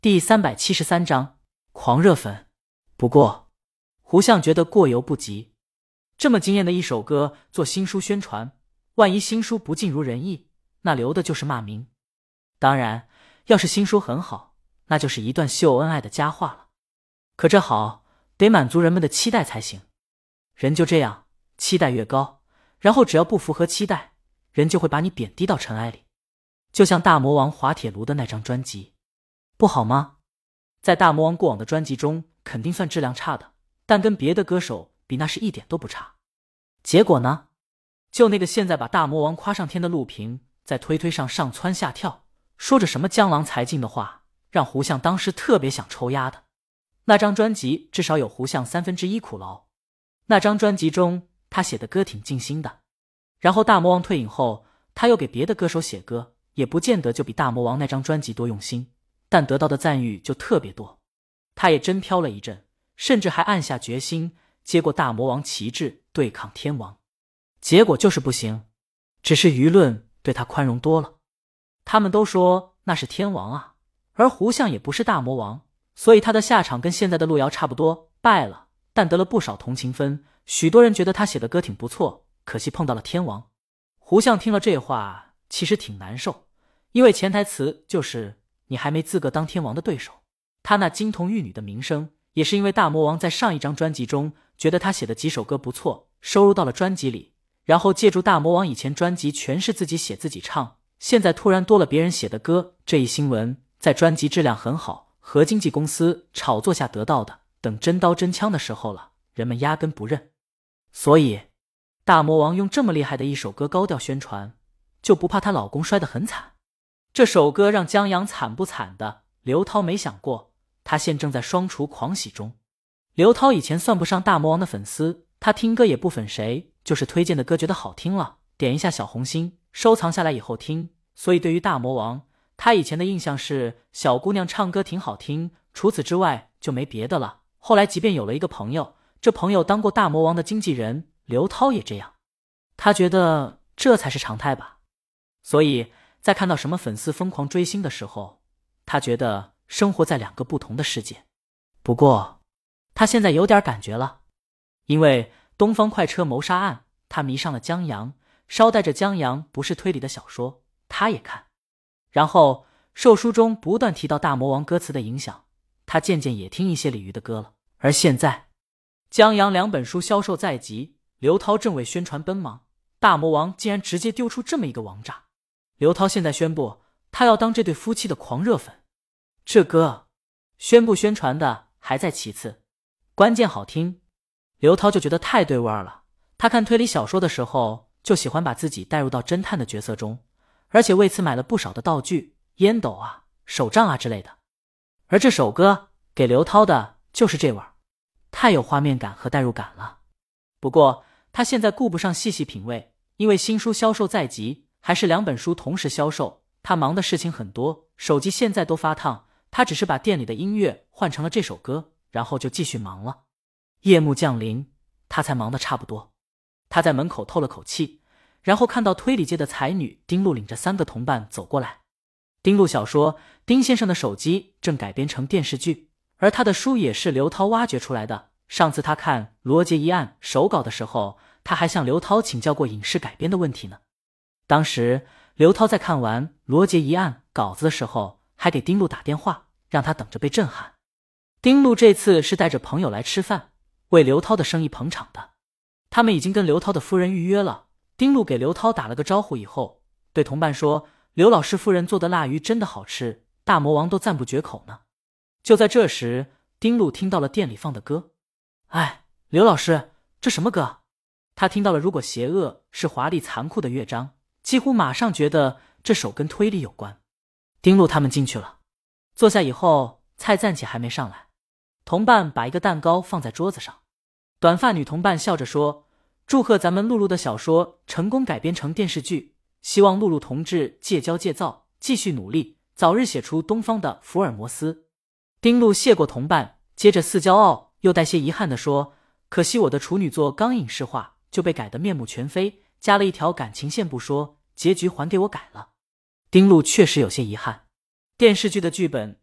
第373章狂热粉。不过胡相觉得过犹不及，这么惊艳的一首歌做新书宣传，万一新书不尽如人意，那留的就是骂名。当然要是新书很好，那就是一段秀恩爱的佳话了。可这好得满足人们的期待才行，人就这样，期待越高，然后只要不符合期待，人就会把你贬低到尘埃里。就像大魔王滑铁卢的那张专辑，不好吗？在大魔王过往的专辑中肯定算质量差的，但跟别的歌手比那是一点都不差。结果呢，就那个现在把大魔王夸上天的陆平，在推推上上蹿下跳，说着什么江郎才尽的话，让胡相当时特别想抽丫的。那张专辑至少有胡相1/3苦劳，那张专辑中他写的歌挺尽心的，然后大魔王退隐后，他又给别的歌手写歌，也不见得就比大魔王那张专辑多用心，但得到的赞誉就特别多。他也真飘了一阵，甚至还暗下决心接过大魔王旗帜对抗天王。结果就是不行，只是舆论对他宽容多了。他们都说那是天王啊，而胡相也不是大魔王，所以他的下场跟现在的路遥差不多，败了，但得了不少同情分。许多人觉得他写的歌挺不错，可惜碰到了天王。胡相听了这话其实挺难受，因为潜台词就是你还没资格当天王的对手。他那金童玉女的名声也是因为大魔王在上一张专辑中觉得他写的几首歌不错，收入到了专辑里，然后借助大魔王以前专辑全是自己写自己唱，现在突然多了别人写的歌，这一新闻在专辑质量很好和经纪公司炒作下得到的，等真刀真枪的时候了，人们压根不认。所以大魔王用这么厉害的一首歌高调宣传，就不怕她老公摔得很惨。这首歌让江阳惨不惨的，刘涛没想过，他现正在双厨狂喜中。刘涛以前算不上大魔王的粉丝，他听歌也不粉谁，就是推荐的歌觉得好听了，点一下小红心，收藏下来以后听。所以对于大魔王，他以前的印象是小姑娘唱歌挺好听，除此之外就没别的了。后来即便有了一个朋友，这朋友当过大魔王的经纪人，刘涛也这样，他觉得这才是常态吧。所以在看到什么粉丝疯狂追星的时候，他觉得生活在两个不同的世界。不过他现在有点感觉了，因为东方快车谋杀案，他迷上了江阳，捎带着江阳不是推理的小说他也看，然后受书中不断提到大魔王歌词的影响，他渐渐也听一些鲤鱼的歌了。而现在江阳2本书销售在即，刘涛正为宣传奔忙，大魔王竟然直接丢出这么一个王炸。刘涛现在宣布他要当这对夫妻的狂热粉，这歌宣布宣传的还在其次，关键好听，刘涛就觉得太对味儿了。他看推理小说的时候就喜欢把自己带入到侦探的角色中，而且为此买了不少的道具，烟斗啊、手杖啊之类的。而这首歌给刘涛的就是这味儿，太有画面感和代入感了。不过他现在顾不上细细品味，因为新书销售在即，还是2本书同时销售，他忙的事情很多，手机现在都发烫，他只是把店里的音乐换成了这首歌，然后就继续忙了。夜幕降临，他才忙得差不多。他在门口透了口气，然后看到推理界的才女丁路领着3个同伴走过来。丁路小说丁先生的手机正改编成电视剧，而他的书也是刘涛挖掘出来的。上次他看《罗杰一案》手稿的时候，他还向刘涛请教过影视改编的问题呢。当时刘涛在看完《罗杰一案》稿子的时候，还给丁路打电话，让他等着被震撼。丁路这次是带着朋友来吃饭，为刘涛的生意捧场的。他们已经跟刘涛的夫人预约了。丁路给刘涛打了个招呼以后，对同伴说，刘老师夫人做的腊鱼真的好吃，大魔王都赞不绝口呢。就在这时，丁路听到了店里放的歌。哎，刘老师，这什么歌？他听到了如果邪恶是华丽残酷的乐章，几乎马上觉得这首跟推理有关。丁路他们进去了，坐下以后，菜暂且还没上来。同伴把一个蛋糕放在桌子上，短发女同伴笑着说，祝贺咱们露露的小说成功改编成电视剧，希望露露同志戒骄戒躁，继续努力，早日写出东方的福尔摩斯。丁路谢过同伴，接着似骄傲又带些遗憾地说，可惜我的处女作刚影视化就被改得面目全非，加了一条感情线不说，结局还给我改了。丁路确实有些遗憾，电视剧的剧本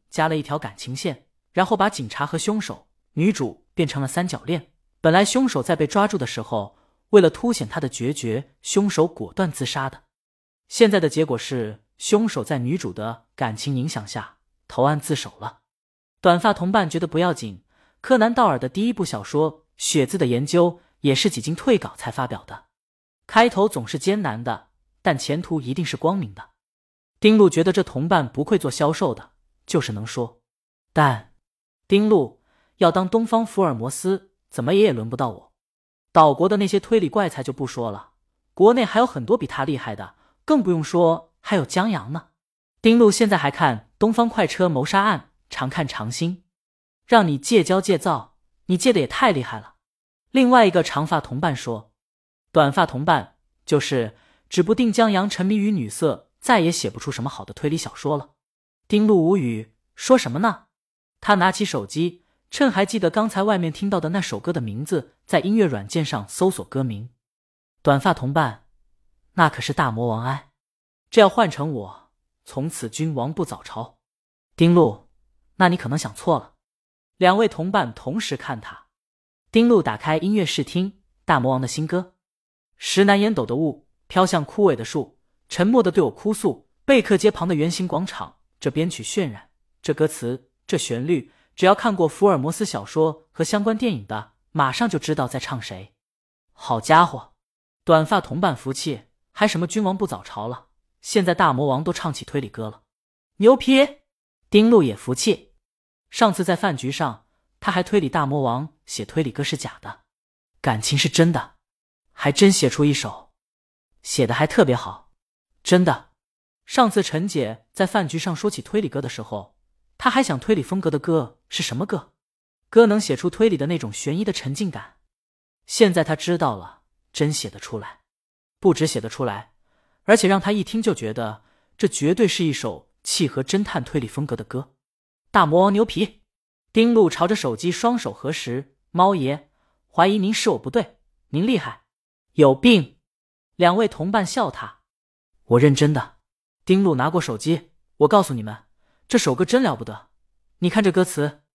加了一条感情线，然后把警察和凶手、女主变成了三角恋。本来凶手在被抓住的时候，为了凸显他的决绝，凶手果断自杀的。现在的结果是，凶手在女主的感情影响下投案自首了。短发同伴觉得不要紧，柯南道尔的第一部小说《血字的研究》也是几经退稿才发表的。开头总是艰难的，但前途一定是光明的。丁路觉得这同伴不会做销售的，就是能说。但丁路要当东方福尔摩斯，怎么也轮不到我。岛国的那些推理怪才就不说了，国内还有很多比他厉害的，更不用说还有江阳呢。丁路现在还看《东方快车谋杀案》，常看常新。让你戒骄戒躁，你戒的也太厉害了。另外一个长发同伴说。短发同伴就是指不定江阳沉迷于女色，再也写不出什么好的推理小说了。丁路无语，说什么呢？他拿起手机，趁还记得刚才外面听到的那首歌的名字，在音乐软件上搜索歌名。短发同伴，那可是大魔王哀，这要换成我，从此君王不早朝。丁路，那你可能想错了。两位同伴同时看他。丁路打开音乐试听，大魔王的新歌。石南烟斗的雾飘向枯萎的树，沉默地对我哭诉。贝克街旁的圆形广场，这编曲渲染，这歌词，这旋律，只要看过福尔摩斯小说和相关电影的，马上就知道在唱谁。好家伙，短发同伴服气，还什么君王不早朝了，现在大魔王都唱起推理歌了，牛皮！丁路也服气。上次在饭局上，他还推理大魔王写推理歌是假的，感情是真的，还真写出一首，写的还特别好，真的。上次陈姐在饭局上说起推理歌的时候，她还想推理风格的歌是什么歌，歌能写出推理的那种悬疑的沉浸感。现在她知道了，真写得出来，不只写得出来，而且让她一听就觉得这绝对是一首契合侦探推理风格的歌。大魔王牛皮！丁路朝着手机双手合十，猫爷，怀疑您是我不对，您厉害，有病！两位同伴笑他。我认真的。丁路拿过手机，我告诉你们，这首歌真了不得，你看这歌词，